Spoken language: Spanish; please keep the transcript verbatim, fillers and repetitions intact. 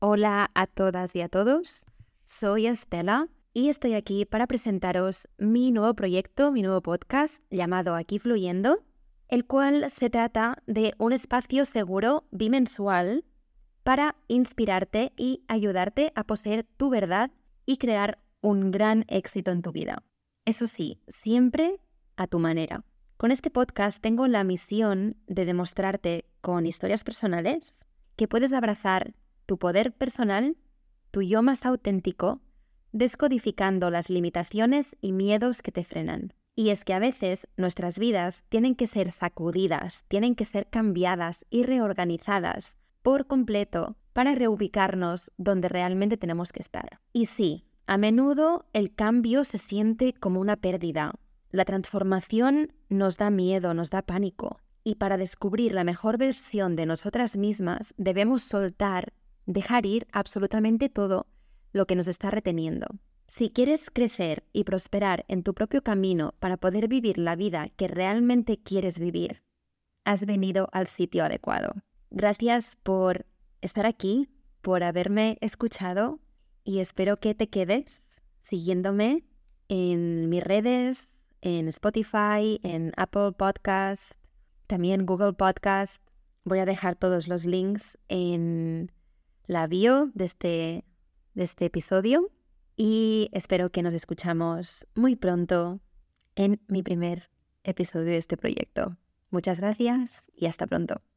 Hola a todas y a todos, soy Estela y estoy aquí para presentaros mi nuevo proyecto, mi nuevo podcast llamado Aquí Fluyendo, el cual se trata de un espacio seguro bimensual para inspirarte y ayudarte a poseer tu verdad y crear un gran éxito en tu vida. Eso sí, siempre a tu manera. Con este podcast tengo la misión de demostrarte con historias personales que puedes abrazar tu poder personal, tu yo más auténtico, descodificando las limitaciones y miedos que te frenan. Y es que a veces nuestras vidas tienen que ser sacudidas, tienen que ser cambiadas y reorganizadas por completo para reubicarnos donde realmente tenemos que estar. Y sí, a menudo el cambio se siente como una pérdida. La transformación nos da miedo, nos da pánico. Y para descubrir la mejor versión de nosotras mismas debemos soltar, dejar ir absolutamente todo lo que nos está reteniendo. Si quieres crecer y prosperar en tu propio camino para poder vivir la vida que realmente quieres vivir, has venido al sitio adecuado. Gracias por estar aquí, por haberme escuchado y espero que te quedes siguiéndome en mis redes, en Spotify, en Apple Podcast, también Google Podcast. Voy a dejar todos los links en la bio de este, de este episodio y espero que nos escuchamos muy pronto en mi primer episodio de este proyecto. Muchas gracias y hasta pronto.